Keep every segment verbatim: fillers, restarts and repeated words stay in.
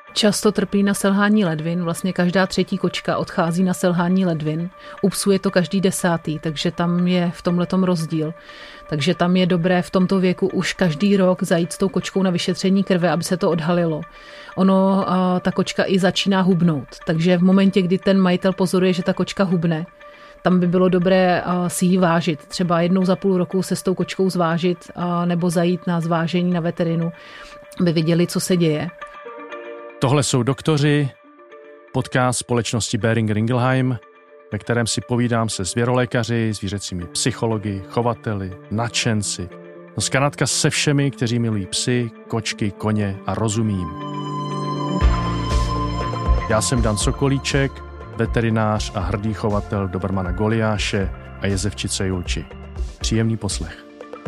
Často trpí na selhání ledvin, vlastně každá třetí kočka odchází na selhání ledvin. U psů je to každý desátý, takže tam je v tomhletom rozdíl. Takže tam je dobré v tomto věku už každý rok zajít s tou kočkou na vyšetření krve, aby se to odhalilo. Ono, ta kočka i začíná hubnout, takže v momentě, kdy ten majitel pozoruje, že ta kočka hubne, tam by bylo dobré si ji vážit. Třeba jednou za půl roku se s tou kočkou zvážit nebo zajít na zvážení na veterinu, aby viděli, co se děje. Tohle jsou Doktoři, podcast společnosti Boehringer Ingelheim, ve kterém si povídám se zvěrolékaři, zvířecími psychologi, chovateli, nadšenci. No zkrátka se všemi, kteří milují psy, kočky, koně a rozumí jim. Já jsem Dan Sokolíček, veterinář a hrdý chovatel Dobermana Goliáše a jezevčice Julči. Příjemný poslech.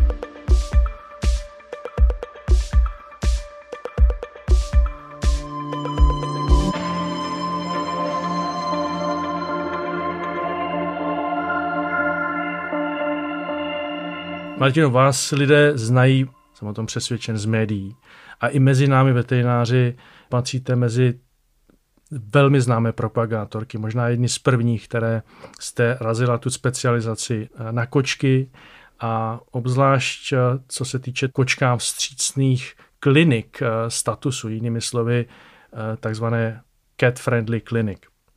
Martino, vás lidé znají, jsem o tom přesvědčen, z médií. A i mezi námi veterináři patříte mezi velmi známé propagátorky, možná jedni z prvních, které jste razila tu specializaci na kočky a obzvlášť co se týče kočkám vstřícných klinik statusu, jinými slovy takzvané cat friendly clinic.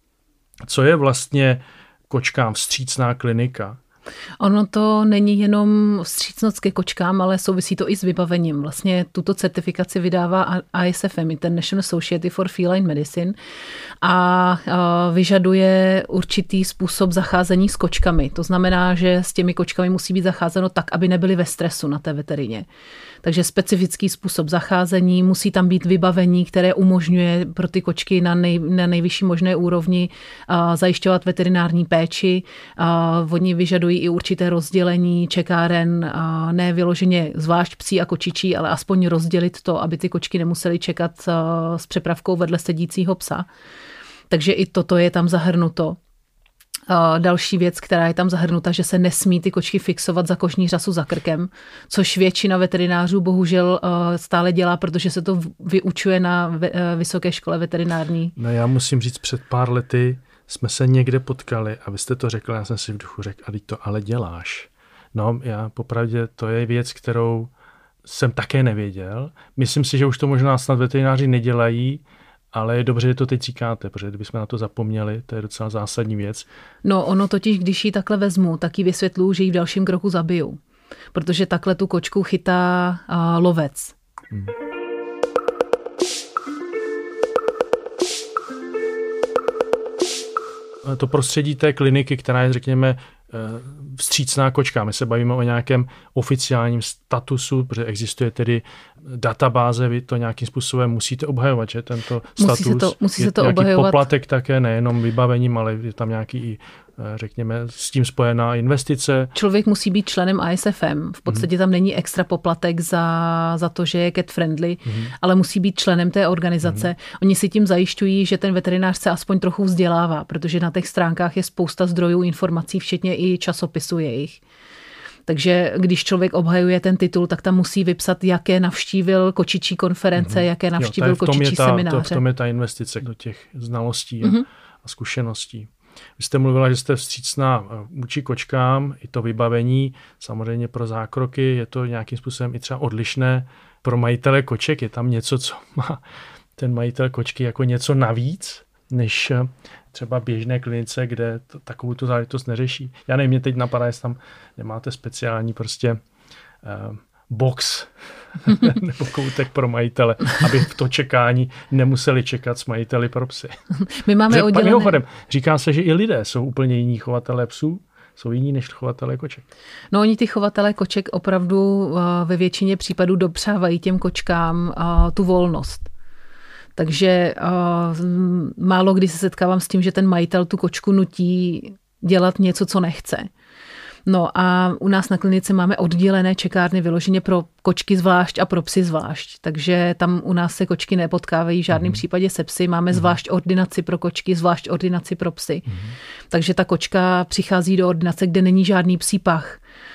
Co je vlastně kočkám vstřícná klinika? Ono to není jenom vstřícnost ke kočkám, ale souvisí to i s vybavením. Vlastně tuto certifikaci vydává I S F M, International Society for Feline Medicine, a vyžaduje určitý způsob zacházení s kočkami. To znamená, že s těmi kočkami musí být zacházeno tak, aby nebyly ve stresu na té veterině. Takže specifický způsob zacházení, musí tam být vybavení, které umožňuje pro ty kočky na, nej, na nejvyšší možné úrovni a, zajišťovat veterinární péči. A, oni vyžadují i určité rozdělení čekáren, a ne vyloženě zvlášť psí a kočičí, ale aspoň rozdělit to, aby ty kočky nemusely čekat a, s přepravkou vedle sedícího psa. Takže i toto je tam zahrnuto. Další věc, která je tam zahrnuta, že se nesmí ty kočky fixovat za kožní řasu za krkem, což většina veterinářů bohužel stále dělá, protože se to vyučuje na vysoké škole veterinární. No já musím říct, před pár lety jsme se někde potkali a vy jste to řekl, já jsem si v duchu řekl, a teď to ale děláš. No já popravdě, to je věc, kterou jsem také nevěděl. Myslím si, že už to možná snad veterináři nedělají, ale je dobře, že to teď říkáte, protože kdybychom na to zapomněli, to je docela zásadní věc. No ono totiž, když ji takhle vezmu, tak ji vysvětluju, že ji v dalším kroku zabiju. Protože takhle tu kočku chytá uh, lovec. Hmm. To prostředí té kliniky, která je, řekněme, vstřícná kočka. My se bavíme o nějakém oficiálním statusu, protože existuje tedy databáze, vy to nějakým způsobem musíte obhajovat, že tento musí status. Se to, musí je se to nějaký obhajovat. Poplatek také, nejenom vybavením, ale je tam nějaký i, řekněme, s tím spojená investice. Člověk musí být členem I S F M. V podstatě mm. tam není extra poplatek za, za to, že je cat friendly, mm. ale musí být členem té organizace. Mm. Oni si tím zajišťují, že ten veterinář se aspoň trochu vzdělává, protože na těch stránkách je spousta zdrojů informací, včetně i časopisů jejich. Takže když člověk obhajuje ten titul, tak tam musí vypsat, jaké navštívil kočičí konference, mm-hmm. jaké navštívil jo, kočičí ta, semináře. To, v tom je ta investice do těch znalostí mm-hmm. a, a zkušeností. Vy jste mluvila, že jste vstřícná vůči kočkám, i to vybavení, samozřejmě pro zákroky, je to nějakým způsobem i třeba odlišné pro majitele koček. Je tam něco, co má ten majitel kočky jako něco navíc, než třeba běžné klinice, kde to, takovou tu záležitost neřeší. Já nevím, mě teď napadá, jestli tam nemáte speciální prostě uh, box nebo koutek pro majitele, aby v to čekání nemuseli čekat s majiteli pro psy. My máme oddělené... Mimochodem, říká se, že i lidé jsou úplně jiní chovatelé psů, jsou jiní než chovatelé koček. No oni ty chovatelé koček opravdu uh, ve většině případů dopřávají těm kočkám uh, tu volnost. Takže uh, málo kdy se setkávám s tím, že ten majitel tu kočku nutí dělat něco, co nechce. No a u nás na klinice máme oddělené čekárny vyloženě pro kočky zvlášť a pro psy zvlášť. Takže tam u nás se kočky nepotkávají v žádném mm. případě se psy. Máme mm. zvlášť ordinaci pro kočky, zvlášť ordinaci pro psy. Mm. Takže ta kočka přichází do ordinace, kde není žádný psí pach.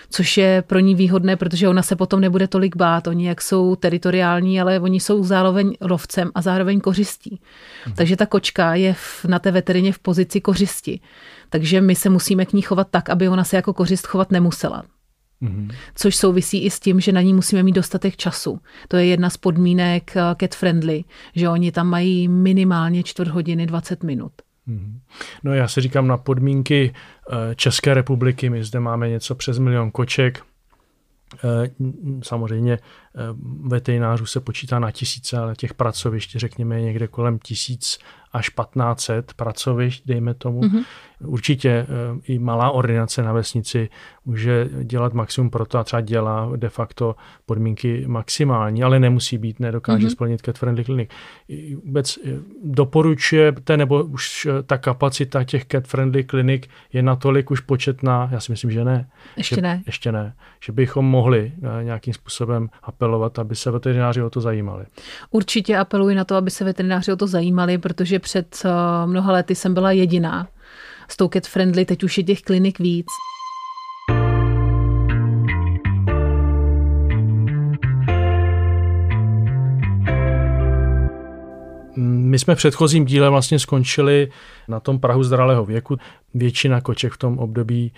což je pro ní výhodné, protože ona se potom nebude tolik bát. Oni jak jsou teritoriální, ale oni jsou zároveň lovcem a zároveň kořistí. Hmm. Takže ta kočka je v, na té veterině v pozici kořisti. Takže my se musíme k ní chovat tak, aby ona se jako kořist chovat nemusela. Mm-hmm. Což souvisí i s tím, že na ní musíme mít dostatek času. To je jedna z podmínek cat friendly, že oni tam mají minimálně čtvrt hodiny dvacet minut. Mm-hmm. No já si říkám na podmínky České republiky, my zde máme něco přes milion koček. Samozřejmě veterinářů se počítá na tisíce, ale těch pracovišť, řekněme, někde kolem tisíc až patnáct set pracovišť, dejme tomu. Mm-hmm. Určitě i malá ordinace na vesnici může dělat maximum pro to a třeba dělá de facto podmínky maximální, ale nemusí být, nedokáže mm-hmm. splnit cat friendly clinic. Vůbec doporučujete, nebo už ta kapacita těch cat friendly clinic je natolik už početná? Já si myslím, že ne. Ještě že, ne. Ještě ne. Že bychom mohli nějakým způsobem apelovat, aby se veterináři o to zajímali. Určitě apeluji na to, aby se veterináři o to zajímali, protože před mnoha lety jsem byla jediná s tou cat friendly, teď už je těch klinik víc. My jsme v předchozím díle vlastně skončili na tom prahu zralého věku. Většina koček v tom období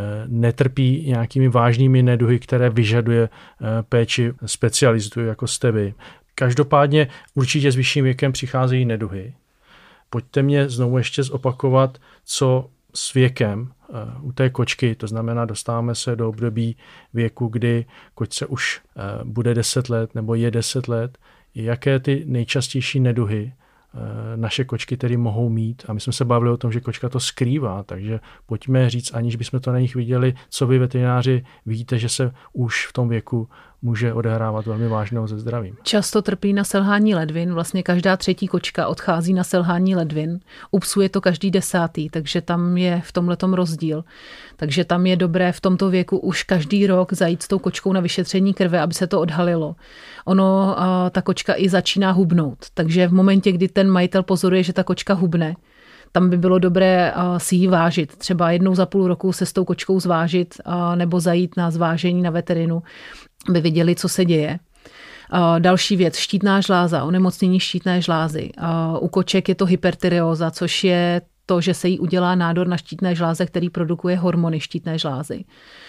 netrpí nějakými vážnými neduhy, které vyžaduje péči specialistů, jako jste vy. Každopádně určitě s vyšším věkem přicházejí neduhy. Pojďte mě znovu ještě zopakovat, co s věkem u té kočky, to znamená, dostáváme se do období věku, kdy kočce už bude deset let nebo je deset let, jaké ty nejčastější neduhy naše kočky tedy mohou mít. A my jsme se bavili o tom, že kočka to skrývá, takže pojďme říct, aniž bychom to na nich viděli, co vy veterináři víte, že se už v tom věku může odehrávat velmi vážného ze zdravím. Často trpí na selhání ledvin, vlastně každá třetí kočka odchází na selhání ledvin. U psů je to každý desátý, takže tam je v tomhletom rozdíl. Takže tam je dobré v tomto věku už každý rok zajít s tou kočkou na vyšetření krve, aby se to odhalilo. Ono, ta kočka i začíná hubnout, takže v momentě, kdy ten majitel pozoruje, že ta kočka hubne, tam by bylo dobré si ji vážit. Třeba jednou za půl roku se s tou kočkou zvážit nebo zajít na zvážení na veterinu, aby viděli, co se děje. Další věc, štítná žláza, onemocnění štítné žlázy. U koček je to hypertyreóza, což je to, že se jí udělá nádor na štítné žláze, který produkuje hormony štítné žlázy.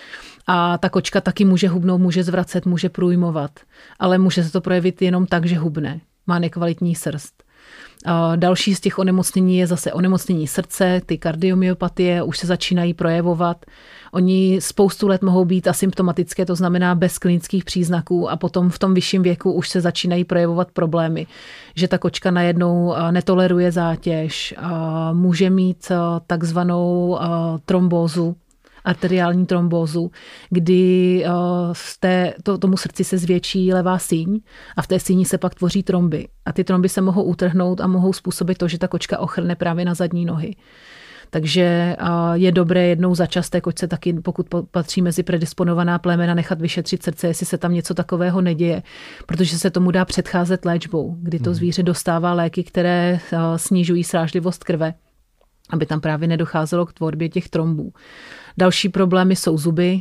A ta kočka taky může hubnout, může zvracet, může průjmovat, ale může se to projevit jenom tak, že hubne. Má nekvalitní srst. Další z těch onemocnění je zase onemocnění srdce, ty kardiomyopatie už se začínají projevovat. Oni spoustu let mohou být asymptomatické, to znamená bez klinických příznaků a potom v tom vyšším věku už se začínají projevovat problémy, že ta kočka najednou netoleruje zátěž, může mít takzvanou trombózu, arteriální trombózu, kdy z té, to, tomu srdci se zvětší levá síň a v té síni se pak tvoří tromby. A ty tromby se mohou utrhnout a mohou způsobit to, že ta kočka ochrne právě na zadní nohy. Takže je dobré jednou za čas té kočce taky, pokud patří mezi predisponovaná plemena, nechat vyšetřit srdce, jestli se tam něco takového neděje, protože se tomu dá předcházet léčbou, kdy to zvíře dostává léky, které snižují srážlivost krve, aby tam právě nedocházelo k tvorbě těch trombů. Další problémy jsou zuby,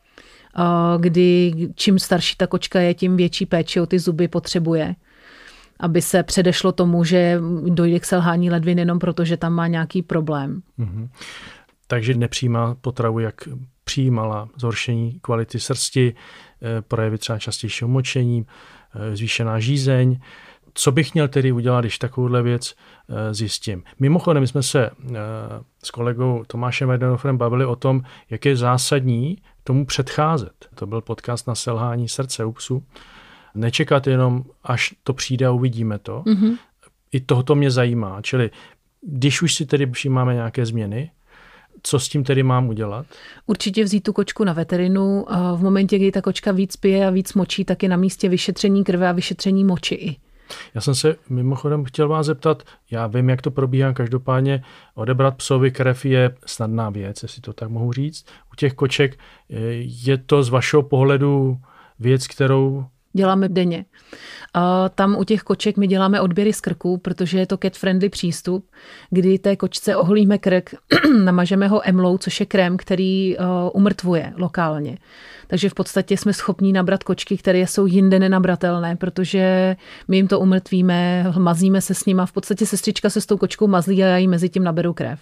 kdy čím starší ta kočka je, tím větší péči o ty zuby potřebuje, aby se předešlo tomu, že dojde k selhání ledvin jenom proto, že tam má nějaký problém. Mm-hmm. Takže nepřijímá potravu, jak přijímala, zhoršení kvality srsti, projevy třeba častějšího močení, zvýšená žízeň. Co bych měl tedy udělat, když takovouhle věc zjistím? Mimochodem, my jsme se s kolegou Tomášem Weidenhoferem bavili o tom, jak je zásadní tomu předcházet. To byl podcast na selhání srdce u psů. Nečekat jenom, až to přijde a uvidíme to. Mm-hmm. I tohoto mě zajímá. Čili když už si tedy přijímáme nějaké změny, co s tím tedy mám udělat? Určitě vzít tu kočku na veterinu. V momentě, kdy ta kočka víc pije a víc močí, tak je na místě vyšetření krve a vyšetření moči i. Já jsem se mimochodem chtěl vás zeptat, já vím, jak to probíhá, každopádně odebrat psovi krev je snadná věc, jestli to tak mohu říct. U těch koček je to z vašeho pohledu věc, kterou děláme denně. A tam u těch koček my děláme odběry z krku, protože je to cat-friendly přístup, kdy té kočce oholíme krk, namažeme ho emlou, což je krém, který umrtvuje lokálně. Takže v podstatě jsme schopní nabrat kočky, které jsou jinde nenabratelné, protože my jim to umrtvíme, mazíme se s nima. V podstatě sestřička se s tou kočkou mazlí a já jí mezi tím naberu krev.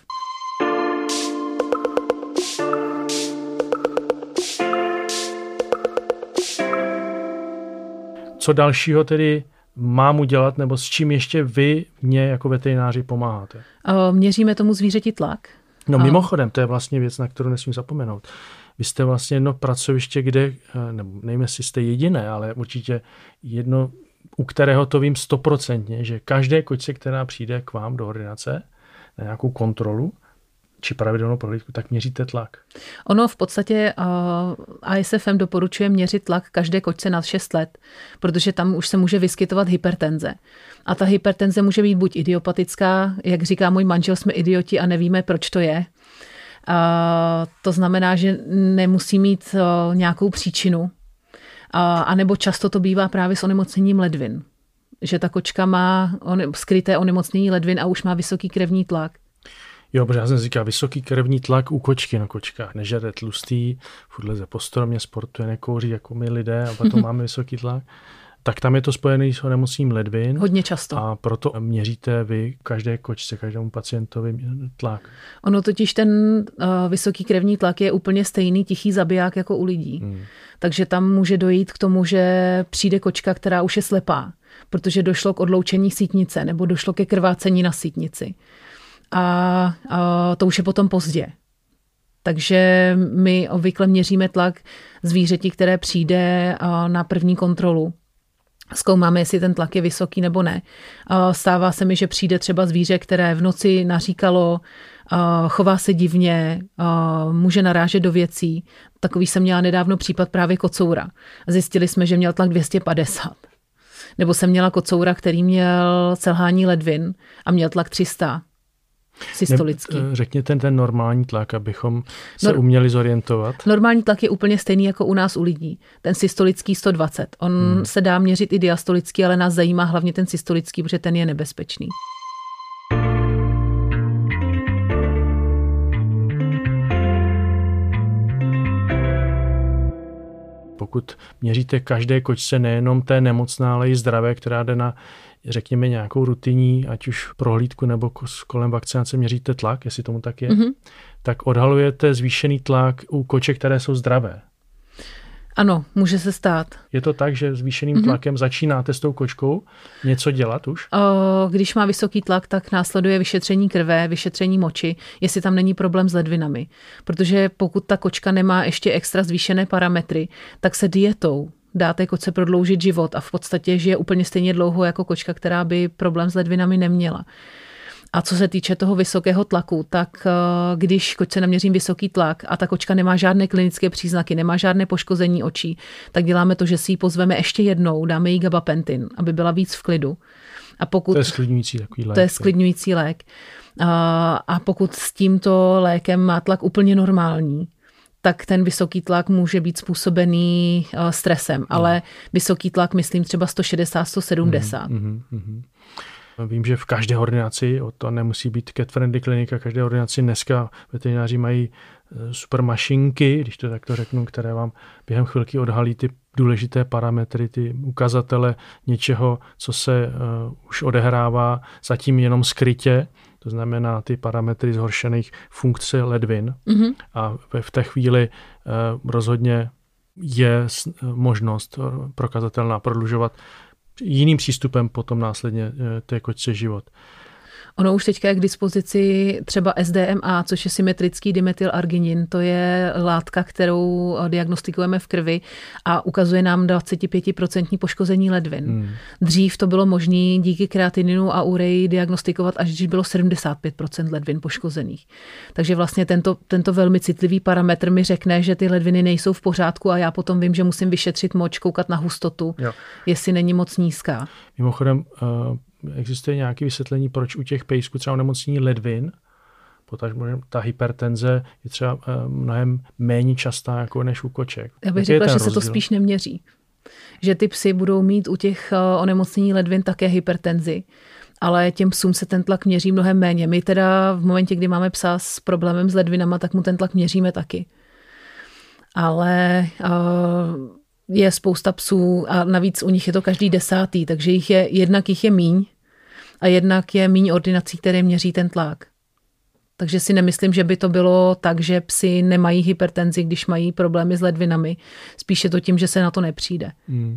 Co dalšího tedy mám udělat, nebo s čím ještě vy mě jako veterináři pomáháte? Měříme tomu zvířeti tlak. No mimochodem, to je vlastně věc, na kterou nesmím zapomenout. Vy jste vlastně jedno pracoviště, kde, nebo nevím, jestli jste jediné, ale určitě jedno, u kterého to vím stoprocentně, že každé kočce, která přijde k vám do ordinace na nějakou kontrolu, či pravidelnou prohlídku, tak měříte tlak. Ono v podstatě uh, A S F M doporučuje měřit tlak každé kočce nad šest let, protože tam už se může vyskytovat hypertenze. A ta hypertenze může být buď idiopatická, jak říká můj manžel, jsme idioti a nevíme, proč to je. Uh, to znamená, že nemusí mít uh, nějakou příčinu. Uh, a nebo často to bývá právě s onemocněním ledvin. Že ta kočka má on, skryté onemocnění ledvin a už má vysoký krevní tlak. Jo, protože já jsem říkal, vysoký krevní tlak u kočky na kočkách. Nežere tlustý, furt leze po stromě, sportuje, nekouří jako my lidé a potom máme vysoký tlak. Tak tam je to spojené s onemocněním ledvin. Hodně často. A proto měříte vy každé kočce, každému pacientovi tlak. Ono totiž ten uh, vysoký krevní tlak je úplně stejný tichý zabiják jako u lidí. Hmm. Takže tam může dojít k tomu, že přijde kočka, která už je slepá, protože došlo k odloučení sítnice nebo došlo ke krvácení na sítnici. A, a to už je potom pozdě. Takže my obvykle měříme tlak zvířeti, které přijde na první kontrolu. Zkoumáme, jestli ten tlak je vysoký nebo ne. Stává se mi, že přijde třeba zvíře, které v noci naříkalo, chová se divně, může narážet do věcí. Takový jsem měla nedávno případ právě kocoura. Zjistili jsme, že měl tlak dvě stě padesát. Nebo jsem měla kocoura, který měl selhání ledvin a měl tlak tři sta. Systolický. Ne, řekněte ten normální tlak, abychom se Nor- uměli zorientovat. Normální tlak je úplně stejný jako u nás u lidí. Ten systolický sto dvacet. On hmm. se dá měřit i diastolický, ale nás zajímá hlavně ten systolický, protože ten je nebezpečný. Pokud měříte každé kočce nejenom té nemocné, ale i zdravé, která jde na, řekněme, nějakou rutinní, ať už prohlídku nebo kolem vakcinace měříte tlak, jestli tomu tak je, mm-hmm. tak odhalujete zvýšený tlak u koček, které jsou zdravé. Ano, může se stát. Je to tak, že zvýšeným mm-hmm. tlakem začínáte s tou kočkou něco dělat už? O, když má vysoký tlak, tak následuje vyšetření krve, vyšetření moči, jestli tam není problém s ledvinami. Protože pokud ta kočka nemá ještě extra zvýšené parametry, tak se dietou dá té kočce prodloužit život a v podstatě žije úplně stejně dlouho jako kočka, která by problém s ledvinami neměla. A co se týče toho vysokého tlaku, tak když kočce naměřím vysoký tlak a ta kočka nemá žádné klinické příznaky, nemá žádné poškození očí, tak děláme to, že si ji pozveme ještě jednou, dáme jí gabapentin, aby byla víc v klidu. A pokud, to je sklidňující takový lék. To je sklidňující lék. A, a pokud s tímto lékem má tlak úplně normální, tak ten vysoký tlak může být způsobený stresem. Ale vysoký tlak, myslím třeba sto šedesát, sto sedmdesát. Mm, mm, mm. Vím, že v každé ordinaci, to nemusí být cat-friendly klinika, každé ordinaci dneska veterináři mají super mašinky, když to takto řeknu, které vám během chvilky odhalí ty důležité parametry, ty ukazatele něčeho, co se uh, už odehrává zatím jenom skrytě, to znamená ty parametry zhoršených funkce ledvin. Mm-hmm. A v té chvíli uh, rozhodně je možnost prokazatelná prodlužovat jiným přístupem potom následně té kočce život. Ono už teďka je k dispozici třeba S D M A, což je symetrický dimetylarginin. To je látka, kterou diagnostikujeme v krvi a ukazuje nám dvacet pět procent poškození ledvin. Hmm. Dřív to bylo možné díky kreatininu a ureji diagnostikovat, až když bylo sedmdesát pět procent ledvin poškozených. Takže vlastně tento, tento velmi citlivý parametr mi řekne, že ty ledviny nejsou v pořádku a já potom vím, že musím vyšetřit moč, koukat na hustotu, jo. jestli není moc nízká. Mimochodem, uh... existuje nějaké vysvětlení, proč u těch pejsků třeba onemocnění ledvin, potažmo ta hypertenze je třeba mnohem méně častá jako než u koček. Já bych řekla, že rozdíl? Se to spíš neměří. že ty psy budou mít u těch onemocnění ledvin také hypertenzi, ale těm psům se ten tlak měří mnohem méně. My teda v momentě, kdy máme psa s problémem s ledvinama, tak mu ten tlak měříme taky. Ale je spousta psů a navíc u nich je to každý desátý, takže jich je, jednak jich je míň a jednak je míň ordinací, které měří ten tlak. Takže si nemyslím, že by to bylo tak, že psi nemají hypertenzi, když mají problémy s ledvinami. Spíše to tím, že se na to nepřijde. Hmm.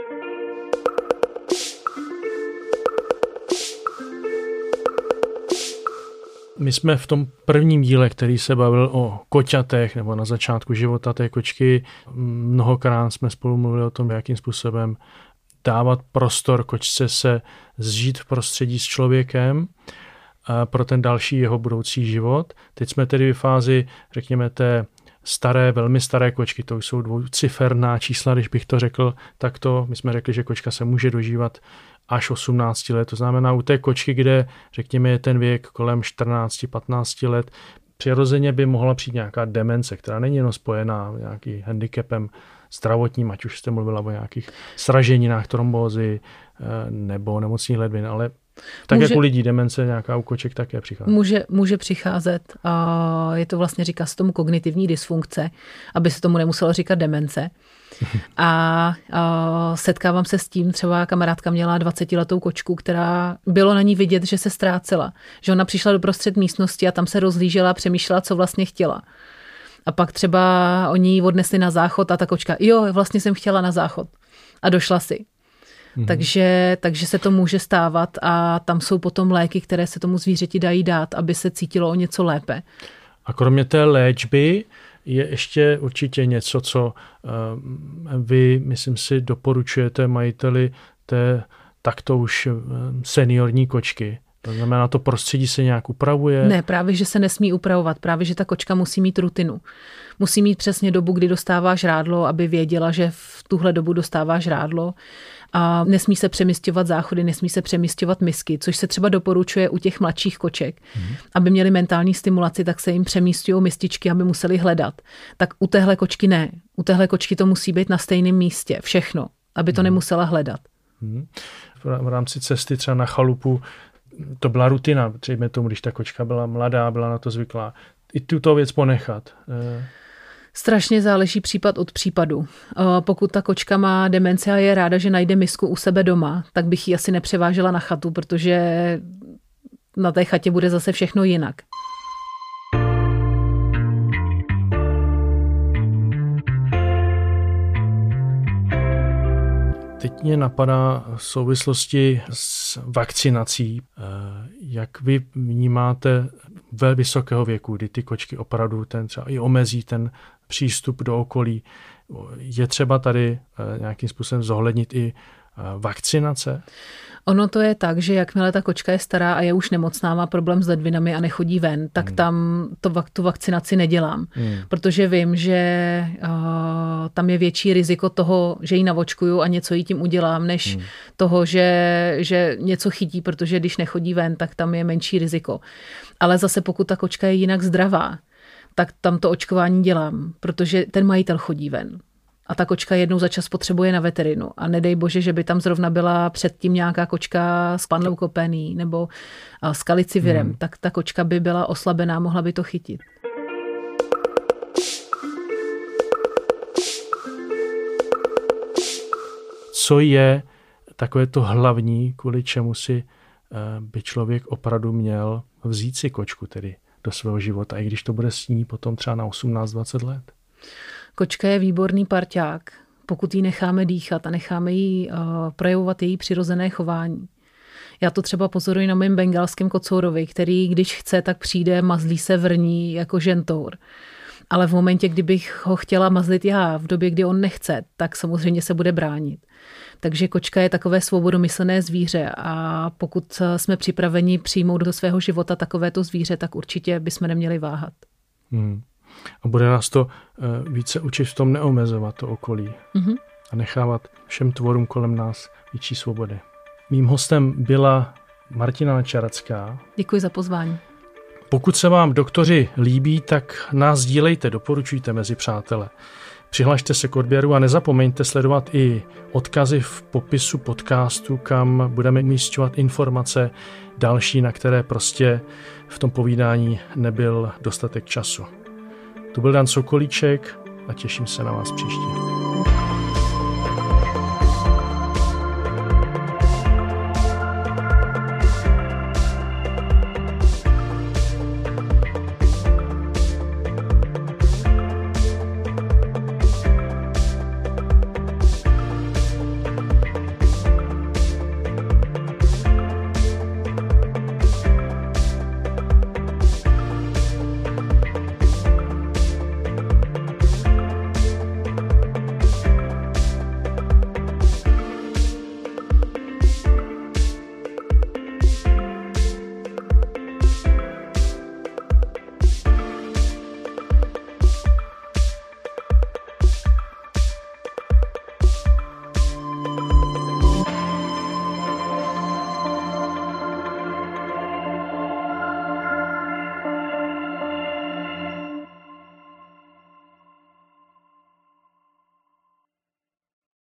My jsme v tom prvním díle, který se bavil o koťatech nebo na začátku života té kočky, mnohokrát jsme spolu mluvili o tom, jakým způsobem dávat prostor kočce se zžít v prostředí s člověkem pro ten další jeho budoucí život. Teď jsme tedy v fázi, řekněme, té staré, velmi staré kočky, to jsou dvouciferná čísla, když bych to řekl takto. My jsme řekli, že kočka se může dožívat až osmnáct let, to znamená u té kočky, kde, řekněme, je ten věk kolem čtrnáct patnáct let, přirozeně by mohla přijít nějaká demence, která není jenom spojená nějakým handicapem zdravotním, ať už jste mluvila o nějakých sraženinách, trombózy nebo nemocných ledvin, ale tak může, jak u lidí demence nějaká u koček také přichází. Může, může přicházet a je to vlastně, říká se tomu kognitivní dysfunkce, aby se tomu nemuselo říkat demence. A, a setkávám se s tím, třeba kamarádka měla dvacetiletou kočku, která bylo na ní vidět, že se ztrácela. Že ona přišla do prostřed místnosti a tam se rozhlížela a přemýšlela, co vlastně chtěla. A pak třeba oni ji odnesli na záchod a ta kočka, jo, vlastně jsem chtěla na záchod. A došla si. Mm-hmm. Takže, takže se to může stávat a tam jsou potom léky, které se tomu zvířeti dají dát, aby se cítilo o něco lépe. A kromě té léčby je ještě určitě něco, co uh, vy, myslím si, doporučujete majiteli té takto už seniorní kočky. To znamená, to prostředí se nějak upravuje? Ne, právě, že se nesmí upravovat. Právě, že ta kočka musí mít rutinu. Musí mít přesně dobu, kdy dostává žrádlo, aby věděla, že v tuhle dobu dostává žrádlo. A nesmí se přemísťovat záchody, nesmí se přemísťovat misky, což se třeba doporučuje u těch mladších koček. Mm. Aby měli mentální stimulaci, tak se jim přemísťují mističky, aby museli hledat. Tak u téhle kočky ne. U téhle kočky to musí být na stejném místě. Všechno. Aby to mm. nemusela hledat. Mm. V rámci cesty třeba na chalupu to byla rutina, třeba tomu, když ta kočka byla mladá, byla na to zvyklá. I tuto věc ponechat. Strašně záleží případ od případu. Pokud ta kočka má demenci a je ráda, že najde misku u sebe doma, tak bych ji asi nepřevážela na chatu, protože na té chatě bude zase všechno jinak. Teď mě napadá v souvislosti s vakcinací. Jak vy vnímáte ve vysokého věku, kdy ty kočky opravdu ten třeba i omezí ten přístup do okolí? Je třeba tady nějakým způsobem zohlednit i vakcinace? Ono to je tak, že jakmile ta kočka je stará a je už nemocná, má problém s ledvinami a nechodí ven, tak hmm. tam to, tu vakcinaci nedělám. Hmm. Protože vím, že uh, tam je větší riziko toho, že ji navočkuju a něco jí tím udělám, než hmm. toho, že, že něco chytí, protože když nechodí ven, tak tam je menší riziko. Ale zase pokud ta kočka je jinak zdravá, tak tam to očkování dělám, protože ten majitel chodí ven. A ta kočka jednou za čas potřebuje na veterinu. A nedej bože, že by tam zrovna byla předtím nějaká kočka s panleukopénií nebo s kalicivirem, hmm. tak ta kočka by byla oslabená, mohla by to chytit. Co je takové to hlavní, kvůli čemu si by člověk opravdu měl vzít si kočku tedy do svého života, i když to bude s ní potom třeba na osmnáct dvacet let? Kočka je výborný parťák, pokud ji necháme dýchat a necháme jí uh, projevovat její přirozené chování. Já to třeba pozoruji na mém bengalském kocourovi, který když chce, tak přijde, mazlí se, vrní jako žentour. Ale v momentě, kdybych ho chtěla mazlit já, v době, kdy on nechce, tak samozřejmě se bude bránit. Takže kočka je takové svobodomyslné zvíře a pokud jsme připraveni přijmout do svého života takovéto zvíře, tak určitě bychom neměli váhat. Hmm. A bude nás to uh, více učit v tom neomezovat to okolí mm-hmm. a nechávat všem tvorům kolem nás větší svobody. Mým hostem byla Martina Čaracká. Děkuji za pozvání. Pokud se vám doktoři líbí, tak nás sdílejte, doporučujte mezi přátele. Přihlašte se k odběru a nezapomeňte sledovat i odkazy v popisu podcastu, kam budeme umísťovat informace další, na které prostě v tom povídání nebyl dostatek času. To byl Dan Sokolíček a těším se na vás příště.